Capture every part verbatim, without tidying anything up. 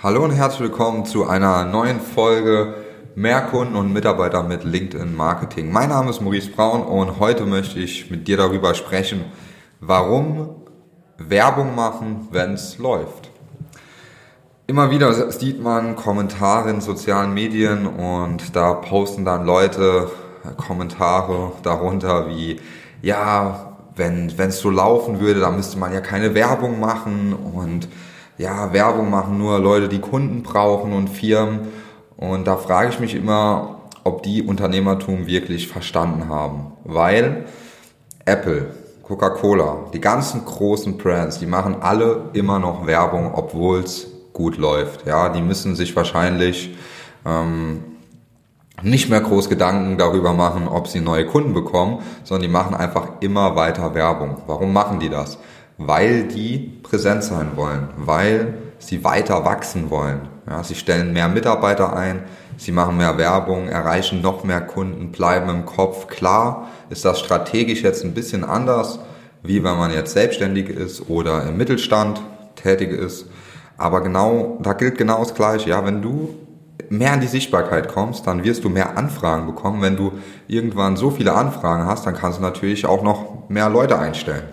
Hallo und herzlich willkommen zu einer neuen Folge Mehr Kunden und Mitarbeiter mit LinkedIn Marketing. Mein Name ist Maurice Braun und heute möchte ich mit dir darüber sprechen, warum Werbung machen, wenn es läuft. Immer wieder sieht man Kommentare in sozialen Medien und da posten dann Leute Kommentare darunter wie, ja, wenn wenn es so laufen würde, dann müsste man ja keine Werbung machen und ja, Werbung machen nur Leute, die Kunden brauchen und Firmen. Und da frage ich mich immer, ob die Unternehmertum wirklich verstanden haben. Weil Apple, Coca-Cola, die ganzen großen Brands, die machen alle immer noch Werbung, obwohl es gut läuft. Ja, die müssen sich wahrscheinlich ähm, nicht mehr groß Gedanken darüber machen, ob sie neue Kunden bekommen, sondern die machen einfach immer weiter Werbung. Warum machen die das? Weil die präsent sein wollen, weil sie weiter wachsen wollen. Ja, sie stellen mehr Mitarbeiter ein, sie machen mehr Werbung, erreichen noch mehr Kunden, bleiben im Kopf. Klar ist das strategisch jetzt ein bisschen anders, wie wenn man jetzt selbstständig ist oder im Mittelstand tätig ist. Aber genau, da gilt genau das Gleiche. Ja, wenn du mehr in die Sichtbarkeit kommst, dann wirst du mehr Anfragen bekommen. Wenn du irgendwann so viele Anfragen hast, dann kannst du natürlich auch noch mehr Leute einstellen.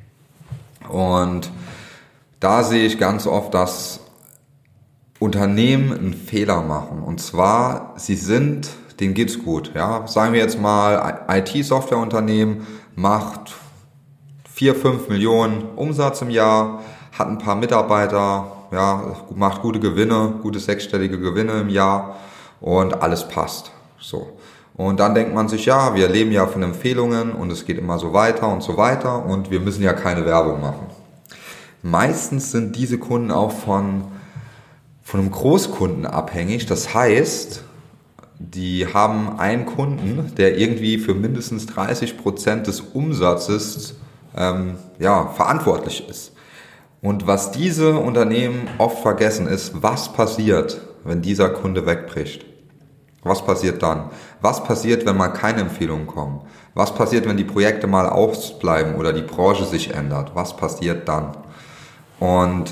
Und da sehe ich ganz oft, dass Unternehmen einen Fehler machen. Und zwar, sie sind, denen geht's gut. Ja, sagen wir jetzt mal, I T-Software-Unternehmen macht vier, fünf Millionen Umsatz im Jahr, hat ein paar Mitarbeiter, ja, macht gute Gewinne, gute sechsstellige Gewinne im Jahr und alles passt. So. Und dann denkt man sich, ja, wir leben ja von Empfehlungen und es geht immer so weiter und so weiter und wir müssen ja keine Werbung machen. Meistens sind diese Kunden auch von, von einem Großkunden abhängig. Das heißt, die haben einen Kunden, der irgendwie für mindestens dreißig Prozent des Umsatzes ähm, ja, verantwortlich ist. Und was diese Unternehmen oft vergessen ist, was passiert, wenn dieser Kunde wegbricht? Was passiert dann? Was passiert, wenn mal keine Empfehlungen kommen? Was passiert, wenn die Projekte mal ausbleiben oder die Branche sich ändert? Was passiert dann? Und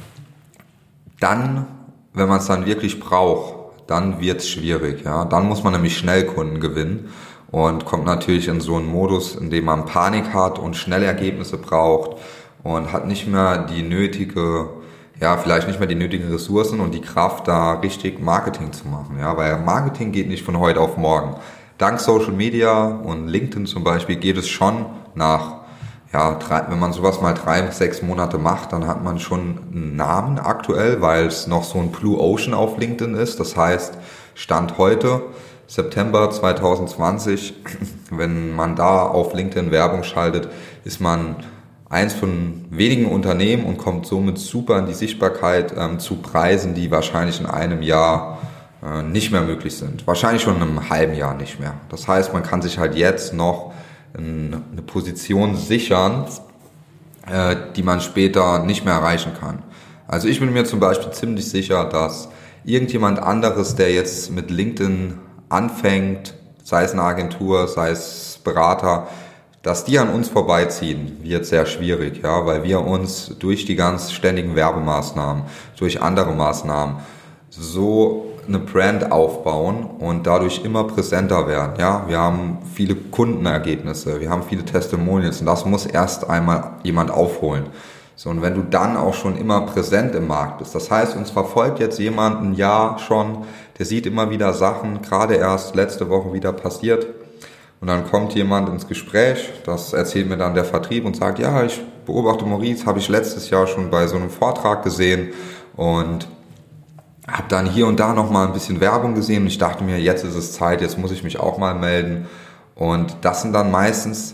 dann, wenn man es dann wirklich braucht, dann wird es schwierig. Ja? Dann muss man nämlich schnell Kunden gewinnen und kommt natürlich in so einen Modus, in dem man Panik hat und schnell Ergebnisse braucht und hat nicht mehr die nötige ja, vielleicht nicht mehr die nötigen Ressourcen und die Kraft, da richtig Marketing zu machen, ja, weil Marketing geht nicht von heute auf morgen. Dank Social Media und LinkedIn zum Beispiel geht es schon nach, ja, drei, wenn man sowas mal drei bis sechs Monate macht, dann hat man schon einen Namen aktuell, weil es noch so ein Blue Ocean auf LinkedIn ist. Das heißt, Stand heute, September zwanzig zwanzig, wenn man da auf LinkedIn Werbung schaltet, ist man eins von wenigen Unternehmen und kommt somit super in die Sichtbarkeit ähm, zu Preisen, die wahrscheinlich in einem Jahr äh, nicht mehr möglich sind. Wahrscheinlich schon in einem halben Jahr nicht mehr. Das heißt, man kann sich halt jetzt noch in, eine Position sichern, äh, die man später nicht mehr erreichen kann. Also ich bin mir zum Beispiel ziemlich sicher, dass irgendjemand anderes, der jetzt mit LinkedIn anfängt, sei es eine Agentur, sei es Berater, dass die an uns vorbeiziehen, wird sehr schwierig, ja, weil wir uns durch die ganz ständigen Werbemaßnahmen, durch andere Maßnahmen so eine Brand aufbauen und dadurch immer präsenter werden, ja. Wir haben viele Kundenergebnisse, wir haben viele Testimonials und das muss erst einmal jemand aufholen. So, und wenn du dann auch schon immer präsent im Markt bist, das heißt, uns verfolgt jetzt jemand ein Jahr schon, der sieht immer wieder Sachen, gerade erst letzte Woche wieder passiert. Und dann kommt jemand ins Gespräch, das erzählt mir dann der Vertrieb und sagt, ja, ich beobachte Maurice, habe ich letztes Jahr schon bei so einem Vortrag gesehen und habe dann hier und da nochmal ein bisschen Werbung gesehen und ich dachte mir, jetzt ist es Zeit, jetzt muss ich mich auch mal melden. Und das sind dann meistens,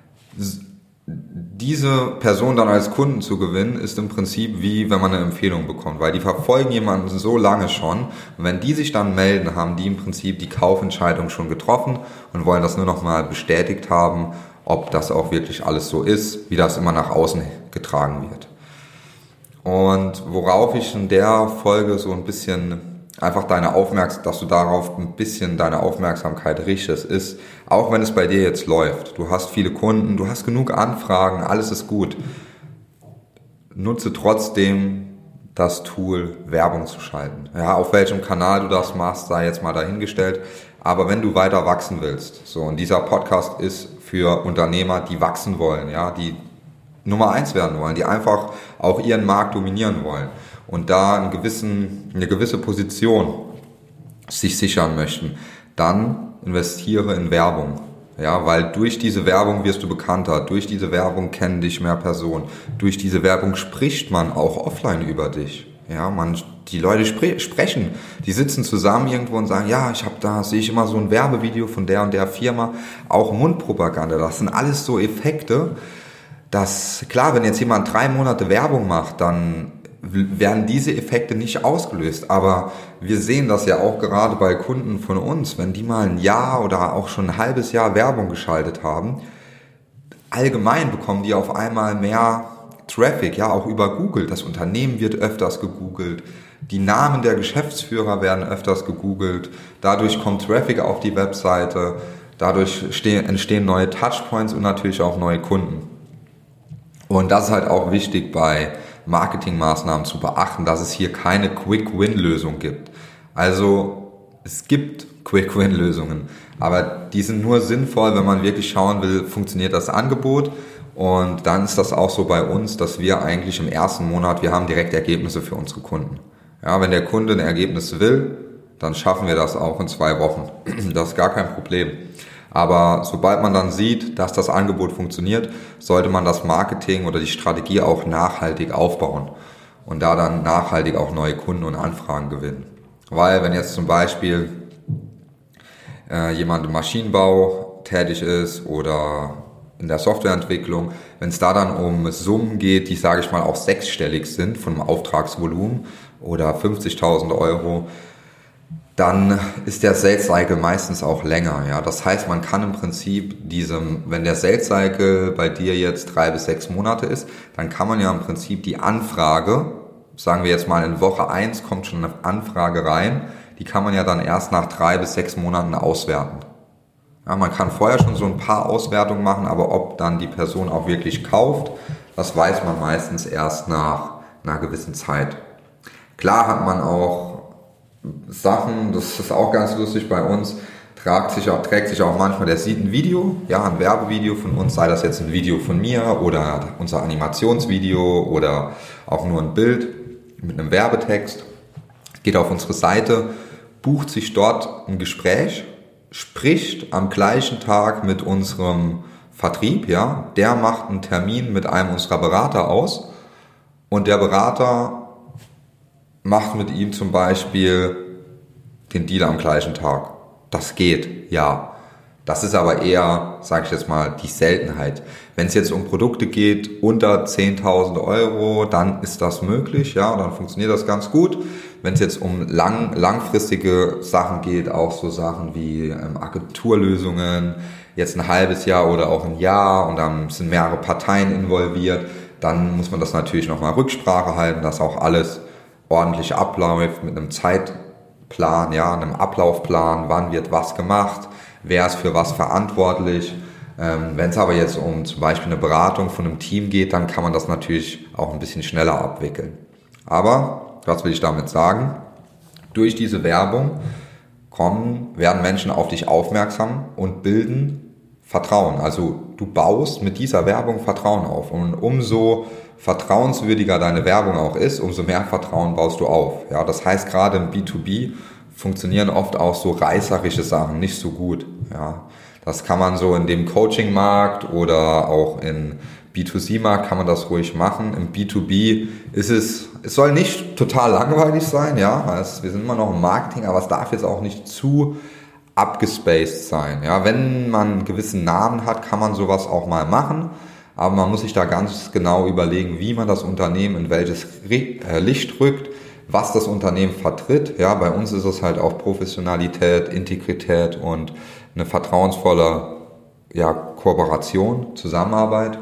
diese Person dann als Kunden zu gewinnen, ist im Prinzip wie wenn man eine Empfehlung bekommt, weil die verfolgen jemanden so lange schon und wenn die sich dann melden, haben die im Prinzip die Kaufentscheidung schon getroffen und wollen das nur noch mal bestätigt haben, ob das auch wirklich alles so ist, wie das immer nach außen getragen wird. Und worauf ich in der Folge so ein bisschen einfach deine Aufmerksamkeit, dass du darauf ein bisschen deine Aufmerksamkeit richtest, ist, auch wenn es bei dir jetzt läuft, du hast viele Kunden, du hast genug Anfragen, alles ist gut, nutze trotzdem das Tool, Werbung zu schalten. Ja, auf welchem Kanal du das machst, sei jetzt mal dahingestellt. Aber wenn du weiter wachsen willst, so, und dieser Podcast ist für Unternehmer, die wachsen wollen, ja, die Nummer eins werden wollen, die einfach auch ihren Markt dominieren wollen und da einen gewissen, eine gewisse Position sich sichern möchten, dann investiere in Werbung. Ja, weil durch diese Werbung wirst du bekannter, durch diese Werbung kennen dich mehr Personen, durch diese Werbung spricht man auch offline über dich. Ja, man, die Leute spre- sprechen, die sitzen zusammen irgendwo und sagen, ja, ich habe da, sehe ich immer so ein Werbevideo von der und der Firma, auch Mundpropaganda, das sind alles so Effekte, dass, klar, wenn jetzt jemand drei Monate Werbung macht, dann werden diese Effekte nicht ausgelöst, aber wir sehen das ja auch gerade bei Kunden von uns, wenn die mal ein Jahr oder auch schon ein halbes Jahr Werbung geschaltet haben, allgemein bekommen die auf einmal mehr Traffic, ja, auch über Google. Das Unternehmen wird öfters gegoogelt, die Namen der Geschäftsführer werden öfters gegoogelt, dadurch kommt Traffic auf die Webseite, dadurch entstehen neue Touchpoints und natürlich auch neue Kunden. Und das ist halt auch wichtig bei Marketingmaßnahmen zu beachten, dass es hier keine Quick-Win-Lösung gibt. Also es gibt Quick-Win-Lösungen, aber die sind nur sinnvoll, wenn man wirklich schauen will, funktioniert das Angebot. Und dann ist das auch so bei uns, dass wir eigentlich im ersten Monat, wir haben direkt Ergebnisse für unsere Kunden. Ja, wenn der Kunde ein Ergebnis will, dann schaffen wir das auch in zwei Wochen. Das ist gar kein Problem. Aber sobald man dann sieht, dass das Angebot funktioniert, sollte man das Marketing oder die Strategie auch nachhaltig aufbauen und da dann nachhaltig auch neue Kunden und Anfragen gewinnen. Weil wenn jetzt zum Beispiel äh, jemand im Maschinenbau tätig ist oder in der Softwareentwicklung, wenn es da dann um Summen geht, die, sage ich mal, auch sechsstellig sind von einem Auftragsvolumen oder fünfzigtausend Euro, dann ist der Sales Cycle meistens auch länger. Ja, das heißt, man kann im Prinzip diesem, wenn der Sales Cycle bei dir jetzt drei bis sechs Monate ist, dann kann man ja im Prinzip die Anfrage, sagen wir jetzt mal in Woche eins kommt schon eine Anfrage rein, die kann man ja dann erst nach drei bis sechs Monaten auswerten. Ja, man kann vorher schon so ein paar Auswertungen machen, aber ob dann die Person auch wirklich kauft, das weiß man meistens erst nach einer gewissen Zeit. Klar hat man auch Sachen, das ist auch ganz lustig bei uns, trägt sich auch, trägt sich auch manchmal, der sieht ein Video, ja, ein Werbevideo von uns, sei das jetzt ein Video von mir oder unser Animationsvideo oder auch nur ein Bild mit einem Werbetext, geht auf unsere Seite, bucht sich dort ein Gespräch, spricht am gleichen Tag mit unserem Vertrieb, ja, der macht einen Termin mit einem unserer Berater aus und der Berater macht mit ihm zum Beispiel den Deal am gleichen Tag. Das geht, ja. Das ist aber eher, sage ich jetzt mal, die Seltenheit. Wenn es jetzt um Produkte geht unter zehntausend Euro, dann ist das möglich, ja, dann funktioniert das ganz gut. Wenn es jetzt um lang, langfristige Sachen geht, auch so Sachen wie ähm, Agenturlösungen, jetzt ein halbes Jahr oder auch ein Jahr und dann sind mehrere Parteien involviert, dann muss man das natürlich nochmal Rücksprache halten, dass auch alles ordentlich abläuft mit einem Zeitplan, ja, einem Ablaufplan, wann wird was gemacht, wer ist für was verantwortlich. Ähm, wenn es aber jetzt um zum Beispiel eine Beratung von einem Team geht, dann kann man das natürlich auch ein bisschen schneller abwickeln. Aber, was will ich damit sagen? Durch diese Werbung kommen, werden Menschen auf dich aufmerksam und bilden Vertrauen. Also du baust mit dieser Werbung Vertrauen auf und umso vertrauenswürdiger deine Werbung auch ist, umso mehr Vertrauen baust du auf. Ja, das heißt, gerade im B zwei B funktionieren oft auch so reißerische Sachen nicht so gut. Ja, das kann man so in dem Coaching-Markt oder auch in B zwei C-Markt kann man das ruhig machen. Im B zwei B ist es, es soll nicht total langweilig sein, ja, also wir sind immer noch im Marketing, aber es darf jetzt auch nicht zu abgespaced sein. Ja, wenn man einen gewissen Namen hat, kann man sowas auch mal machen. Aber man muss sich da ganz genau überlegen, wie man das Unternehmen in welches Licht rückt, was das Unternehmen vertritt. Ja, bei uns ist es halt auch Professionalität, Integrität und eine vertrauensvolle, ja, Kooperation, Zusammenarbeit.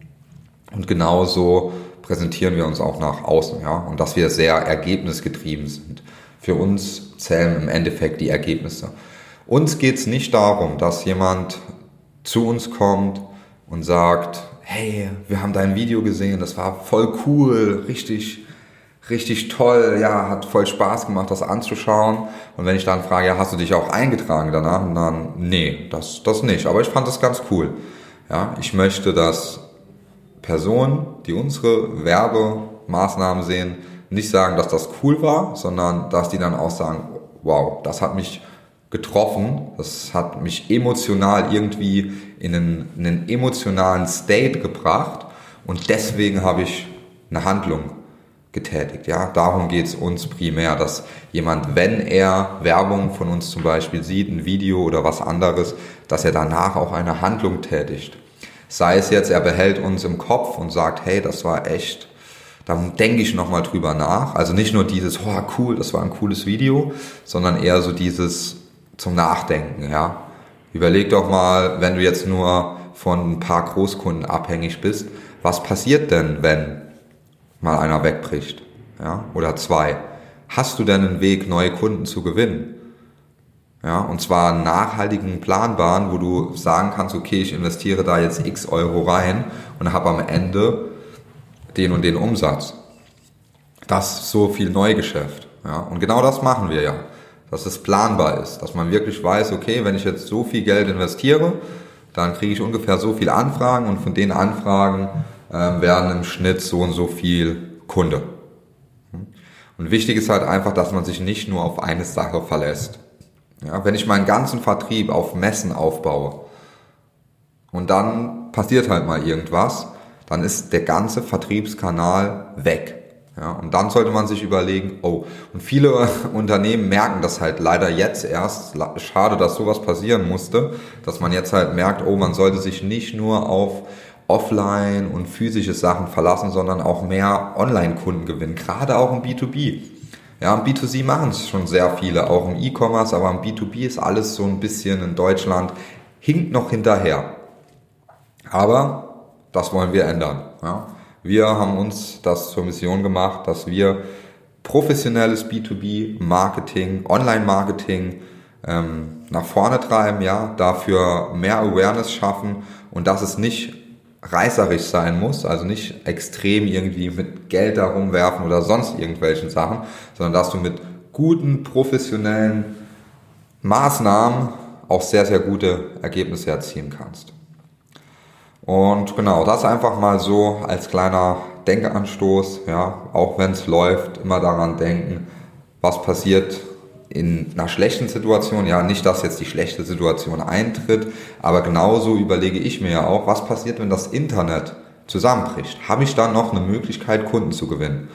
Und genauso präsentieren wir uns auch nach außen, ja, und dass wir sehr ergebnisgetrieben sind. Für uns zählen im Endeffekt die Ergebnisse. Uns geht's nicht darum, dass jemand zu uns kommt und sagt, hey, wir haben dein Video gesehen, das war voll cool, richtig, richtig toll, ja, hat voll Spaß gemacht, das anzuschauen. Und wenn ich dann frage, ja, hast du dich auch eingetragen danach? Und dann, nee, das, das nicht. Aber ich fand das ganz cool. Ja, ich möchte, dass Personen, die unsere Werbemaßnahmen sehen, nicht sagen, dass das cool war, sondern dass die dann auch sagen, wow, das hat mich getroffen, das hat mich emotional irgendwie in einen, in einen emotionalen State gebracht und deswegen habe ich eine Handlung getätigt. Ja, darum geht es uns primär, dass jemand, wenn er Werbung von uns zum Beispiel sieht, ein Video oder was anderes, dass er danach auch eine Handlung tätigt. Sei es jetzt, er behält uns im Kopf und sagt, hey, das war echt, da denke ich nochmal drüber nach. Also nicht nur dieses, oh cool, das war ein cooles Video, sondern eher so dieses zum Nachdenken. Ja, überleg doch mal, wenn du jetzt nur von ein paar Großkunden abhängig bist, was passiert denn, wenn mal einer wegbricht, ja, oder zwei? Hast du denn einen Weg, neue Kunden zu gewinnen? Ja, und zwar einen nachhaltigen, planbaren, wo du sagen kannst, okay, ich investiere da jetzt x Euro rein und habe am Ende den und den Umsatz. Das ist so viel Neugeschäft. Ja, und genau das machen wir ja, dass es planbar ist, dass man wirklich weiß, okay, wenn ich jetzt so viel Geld investiere, dann kriege ich ungefähr so viele Anfragen und von den Anfragen ähm, werden im Schnitt so und so viel Kunde. Und wichtig ist halt einfach, dass man sich nicht nur auf eine Sache verlässt. Ja, wenn ich meinen ganzen Vertrieb auf Messen aufbaue und dann passiert halt mal irgendwas, dann ist der ganze Vertriebskanal weg. Ja, und dann sollte man sich überlegen, oh, und viele Unternehmen merken das halt leider jetzt erst, schade, dass sowas passieren musste, dass man jetzt halt merkt, oh, man sollte sich nicht nur auf Offline und physische Sachen verlassen, sondern auch mehr Online-Kunden gewinnen, gerade auch im B zwei B. Ja, im B zwei C machen es schon sehr viele, auch im E-Commerce, aber im B zwei B ist alles so ein bisschen in Deutschland, hinkt noch hinterher. Aber das wollen wir ändern. Ja. Wir haben uns das zur Mission gemacht, dass wir professionelles B zwei B-Marketing, Online-Marketing ähm, nach vorne treiben, ja, dafür mehr Awareness schaffen und dass es nicht reißerisch sein muss, also nicht extrem irgendwie mit Geld da rumwerfen oder sonst irgendwelchen Sachen, sondern dass du mit guten, professionellen Maßnahmen auch sehr, sehr gute Ergebnisse erzielen kannst. Und genau, das einfach mal so als kleiner Denkanstoß, ja, auch wenn es läuft, immer daran denken, was passiert in einer schlechten Situation, ja, nicht, dass jetzt die schlechte Situation eintritt, aber genauso überlege ich mir ja auch, was passiert, wenn das Internet zusammenbricht? Habe ich dann noch eine Möglichkeit, Kunden zu gewinnen?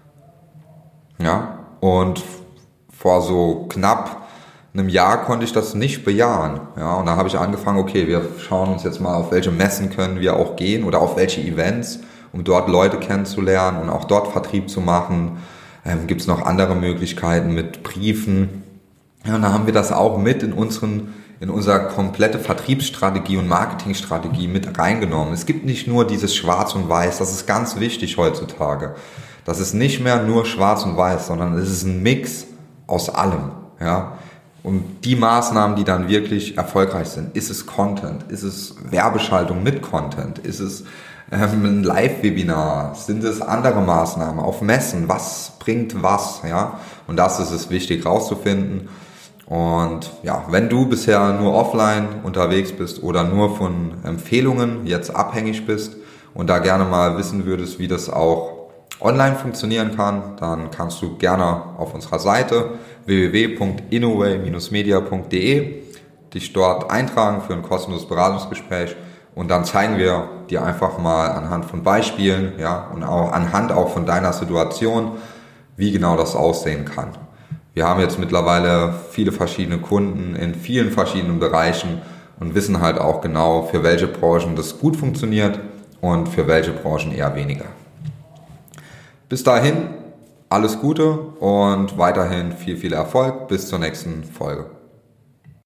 Ja, und vor so knapp einem Jahr konnte ich das nicht bejahen, ja, und da habe ich angefangen, okay, wir schauen uns jetzt mal, auf welche Messen können wir auch gehen oder auf welche Events, um dort Leute kennenzulernen und auch dort Vertrieb zu machen. Ähm, gibt es noch andere Möglichkeiten mit Briefen. Ja, und da haben wir das auch mit in unseren, in unsere komplette Vertriebsstrategie und Marketingstrategie mit reingenommen. Es gibt nicht nur dieses Schwarz und Weiß, das ist ganz wichtig heutzutage. Das ist nicht mehr nur Schwarz und Weiß, sondern es ist ein Mix aus allem, ja. Und die Maßnahmen, die dann wirklich erfolgreich sind, ist es Content, ist es Werbeschaltung mit Content, ist es ähm, ein Live-Webinar, sind es andere Maßnahmen auf Messen, was bringt was, ja? Und das ist es wichtig rauszufinden. Und ja, wenn du bisher nur offline unterwegs bist oder nur von Empfehlungen jetzt abhängig bist und da gerne mal wissen würdest, wie das auch online funktionieren kann, dann kannst du gerne auf unserer Seite w w w punkt innoway Bindestrich media punkt de dich dort eintragen für ein kostenloses Beratungsgespräch und dann zeigen wir dir einfach mal anhand von Beispielen, ja, und auch anhand auch von deiner Situation, wie genau das aussehen kann. Wir haben jetzt mittlerweile viele verschiedene Kunden in vielen verschiedenen Bereichen und wissen halt auch genau, für welche Branchen das gut funktioniert und für welche Branchen eher weniger. Bis dahin, alles Gute und weiterhin viel, viel Erfolg. Bis zur nächsten Folge.